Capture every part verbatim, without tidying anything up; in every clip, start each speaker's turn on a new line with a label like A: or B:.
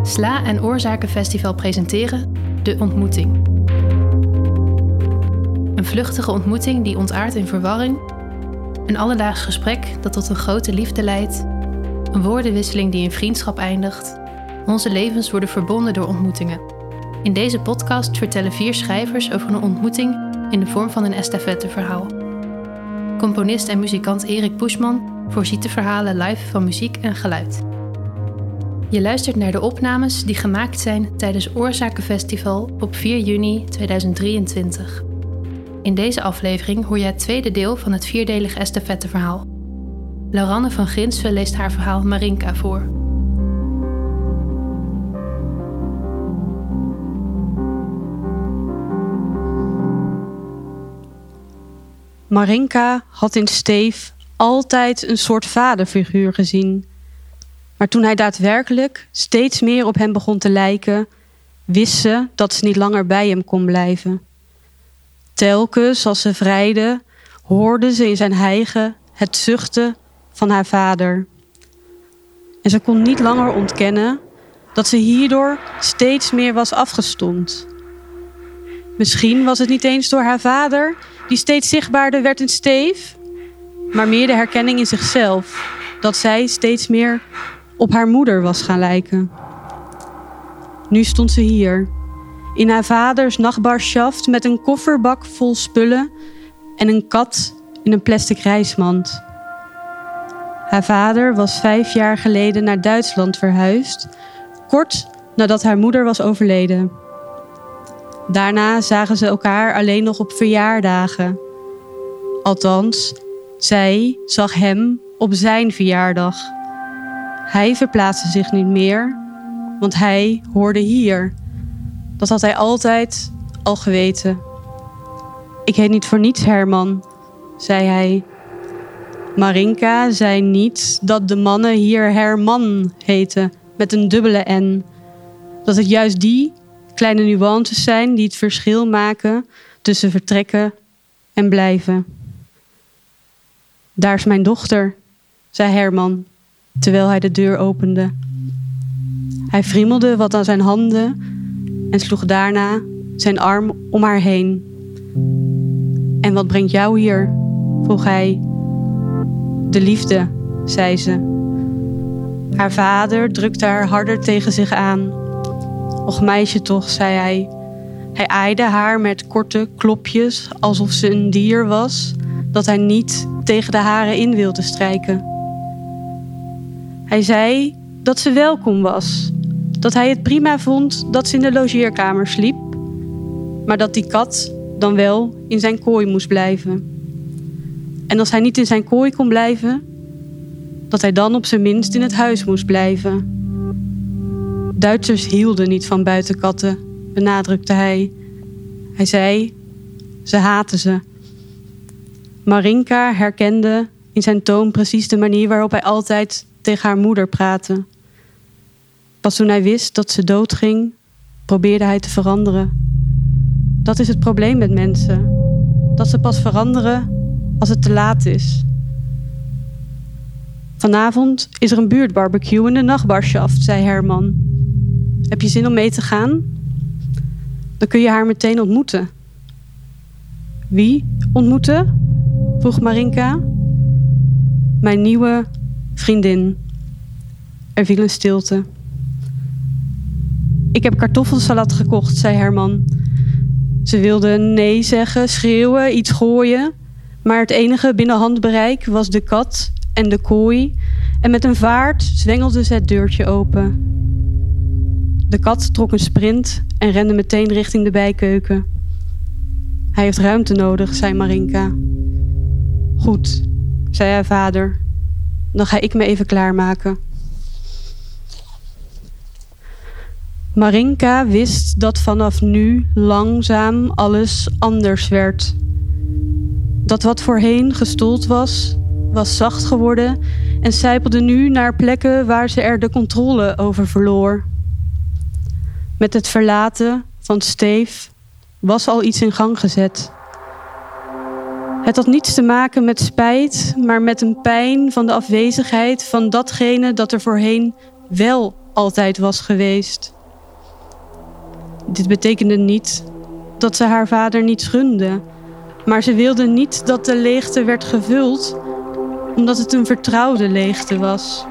A: Sla en Oorzakenfestival presenteren De Ontmoeting. Een vluchtige ontmoeting die ontaardt in verwarring, een alledaags gesprek dat tot een grote liefde leidt, een woordenwisseling die in vriendschap eindigt. Onze levens worden verbonden door ontmoetingen. In deze podcast vertellen vier schrijvers over een ontmoeting in de vorm van een estafetteverhaal. Componist en muzikant Erik Poesman voorziet de verhalen live van muziek en geluid. Je luistert naar de opnames die gemaakt zijn tijdens Oorzakenfestival op vier juni tweeduizend drieëntwintig. In deze aflevering hoor je het tweede deel van het vierdelige estafetteverhaal. Lauranne van Grinsven leest haar verhaal Marinka voor.
B: Marinka had in Steef altijd een soort vaderfiguur gezien. Maar toen hij daadwerkelijk steeds meer op hem begon te lijken, wist ze dat ze niet langer bij hem kon blijven. Telkens als ze vrijde, hoorde ze in zijn hijgen het zuchten van haar vader. En ze kon niet langer ontkennen dat ze hierdoor steeds meer was afgestompt. Misschien was het niet eens door haar vader, die steeds zichtbaarder werd in Steef, maar meer de herkenning in zichzelf, dat zij steeds meer op haar moeder was gaan lijken. Nu stond ze hier, in haar vaders nachtbarschaft met een kofferbak vol spullen en een kat in een plastic reismand. Haar vader was vijf jaar geleden naar Duitsland verhuisd, kort nadat haar moeder was overleden. Daarna zagen ze elkaar alleen nog op verjaardagen. Althans, zij zag hem op zijn verjaardag. Hij verplaatste zich niet meer, want hij hoorde hier. Dat had hij altijd al geweten. Ik heet niet voor niets Herman, zei hij. Marinka zei niet dat de mannen hier Herman heten, met een dubbele N. Dat het juist die kleine nuances zijn die het verschil maken tussen vertrekken en blijven. Daar is mijn dochter, zei Herman, terwijl hij de deur opende. Hij friemelde wat aan zijn handen en sloeg daarna zijn arm om haar heen. En wat brengt jou hier? Vroeg hij. De liefde, zei ze. Haar vader drukte haar harder tegen zich aan. Och meisje toch, zei hij. Hij aaide haar met korte klopjes alsof ze een dier was dat hij niet tegen de haren in wilde strijken. Hij zei dat ze welkom was, dat hij het prima vond dat ze in de logeerkamer sliep, maar dat die kat dan wel in zijn kooi moest blijven. En als hij niet in zijn kooi kon blijven, dat hij dan op zijn minst in het huis moest blijven. Duitsers hielden niet van buitenkatten, benadrukte hij. Hij zei, ze haten ze. Marinka herkende in zijn toon precies de manier waarop hij altijd tegen haar moeder praatte. Pas toen hij wist dat ze doodging, probeerde hij te veranderen. Dat is het probleem met mensen. Dat ze pas veranderen als het te laat is. Vanavond is er een buurtbarbecue in de nachtbarschaft, zei Herman. Heb je zin om mee te gaan? Dan kun je haar meteen ontmoeten. Wie ontmoeten? Vroeg Marinka. Mijn nieuwe vriendin. Er viel een stilte. Ik heb kartoffelsalat gekocht, zei Herman. Ze wilde nee zeggen, schreeuwen, iets gooien, maar het enige binnen handbereik was de kat en de kooi en met een vaart zwengelde ze het deurtje open. De kat trok een sprint en rende meteen richting de bijkeuken. Hij heeft ruimte nodig, zei Marinka. Goed, zei haar vader. Dan ga ik me even klaarmaken. Marinka wist dat vanaf nu langzaam alles anders werd. Dat wat voorheen gestold was, was zacht geworden en sijpelde nu naar plekken waar ze er de controle over verloor. Met het verlaten van Steef was al iets in gang gezet. Het had niets te maken met spijt, maar met een pijn van de afwezigheid van datgene dat er voorheen wel altijd was geweest. Dit betekende niet dat ze haar vader niets gunde, maar ze wilde niet dat de leegte werd gevuld, omdat het een vertrouwde leegte was.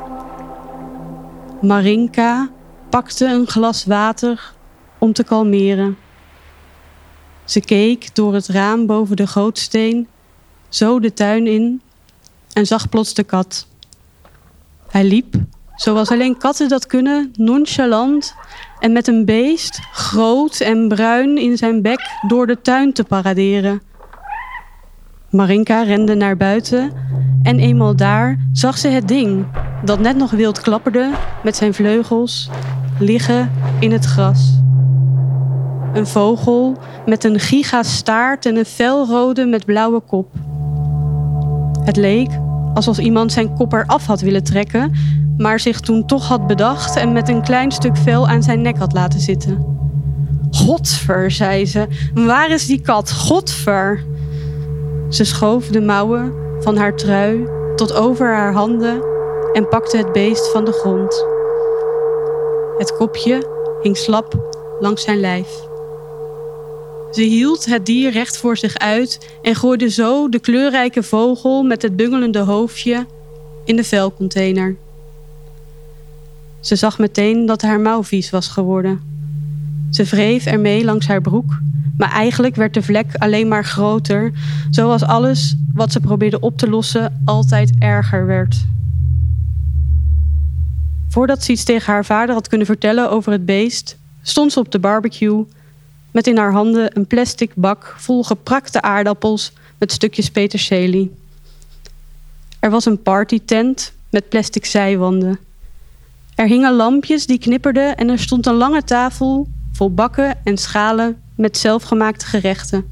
B: Marinka pakte een glas water om te kalmeren. Ze keek door het raam boven de gootsteen, zo de tuin in en zag plots de kat. Hij liep, zoals alleen katten dat kunnen, nonchalant en met een beest, groot en bruin in zijn bek, door de tuin te paraderen. Marinka rende naar buiten en eenmaal daar zag ze het ding, dat net nog wild klapperde met zijn vleugels, liggen in het gras. Een vogel met een gigastaart en een felrode met blauwe kop. Het leek alsof iemand zijn kop eraf had willen trekken, maar zich toen toch had bedacht en met een klein stuk vel aan zijn nek had laten zitten. Godver, zei ze, waar is die kat? Godver! Ze schoof de mouwen van haar trui tot over haar handen en pakte het beest van de grond. Het kopje hing slap langs zijn lijf. Ze hield het dier recht voor zich uit en gooide zo de kleurrijke vogel met het bungelende hoofdje in de vuilcontainer. Ze zag meteen dat haar mouw vies was geworden. Ze wreef ermee langs haar broek, maar eigenlijk werd de vlek alleen maar groter, zoals alles wat ze probeerde op te lossen altijd erger werd. Voordat ze iets tegen haar vader had kunnen vertellen over het beest, stond ze op de barbecue met in haar handen een plastic bak vol geprakte aardappels met stukjes peterselie. Er was een partytent met plastic zijwanden. Er hingen lampjes die knipperden en er stond een lange tafel vol bakken en schalen met zelfgemaakte gerechten.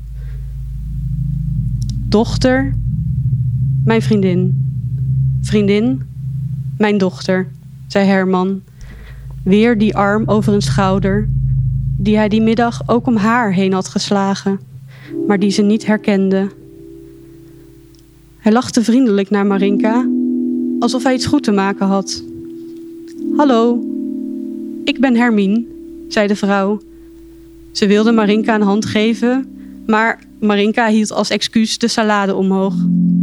B: Dochter, mijn vriendin. Vriendin, mijn dochter, zei Herman. Weer die arm over een schouder, die hij die middag ook om haar heen had geslagen, maar die ze niet herkende. Hij lachte vriendelijk naar Marinka, alsof hij iets goed te maken had. Hallo, ik ben Hermine, zei de vrouw. Ze wilde Marinka een hand geven, maar Marinka hield als excuus de salade omhoog.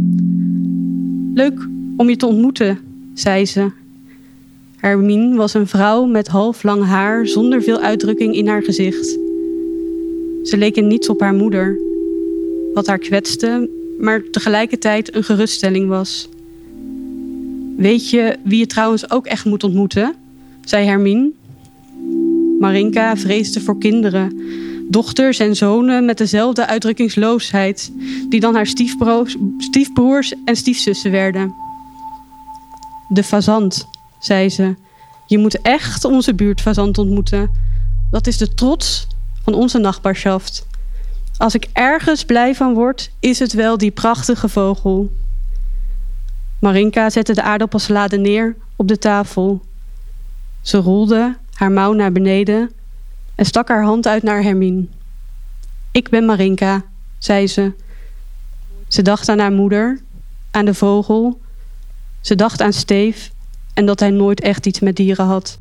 B: Leuk om je te ontmoeten, zei ze. Hermine was een vrouw met halflang haar zonder veel uitdrukking in haar gezicht. Ze leek in niets op haar moeder, wat haar kwetste, maar tegelijkertijd een geruststelling was. Weet je wie je trouwens ook echt moet ontmoeten? Zei Hermine. Marinka vreesde voor kinderen, dochters en zonen met dezelfde uitdrukkingsloosheid, die dan haar stiefbroers, stiefbroers en stiefzussen werden. De fazant, zei ze. Je moet echt onze buurtfazant ontmoeten. Dat is de trots van onze nachbarschaft. Als ik ergens blij van word, is het wel die prachtige vogel. Marinka zette de aardappelsalade neer op de tafel. Ze rolde haar mouw naar beneden en stak haar hand uit naar Hermine. Ik ben Marinka, zei ze. Ze dacht aan haar moeder, aan de vogel. Ze dacht aan Steef en dat hij nooit echt iets met dieren had.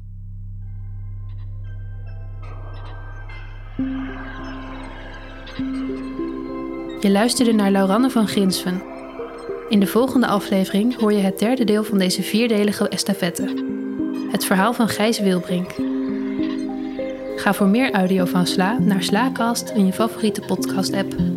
A: Je luisterde naar Lauranne van Grinsven. In de volgende aflevering hoor je het derde deel van deze vierdelige estafette. Het verhaal van Gijs Wilbrink. Ga voor meer audio van Sla naar Slaacast in je favoriete podcast-app.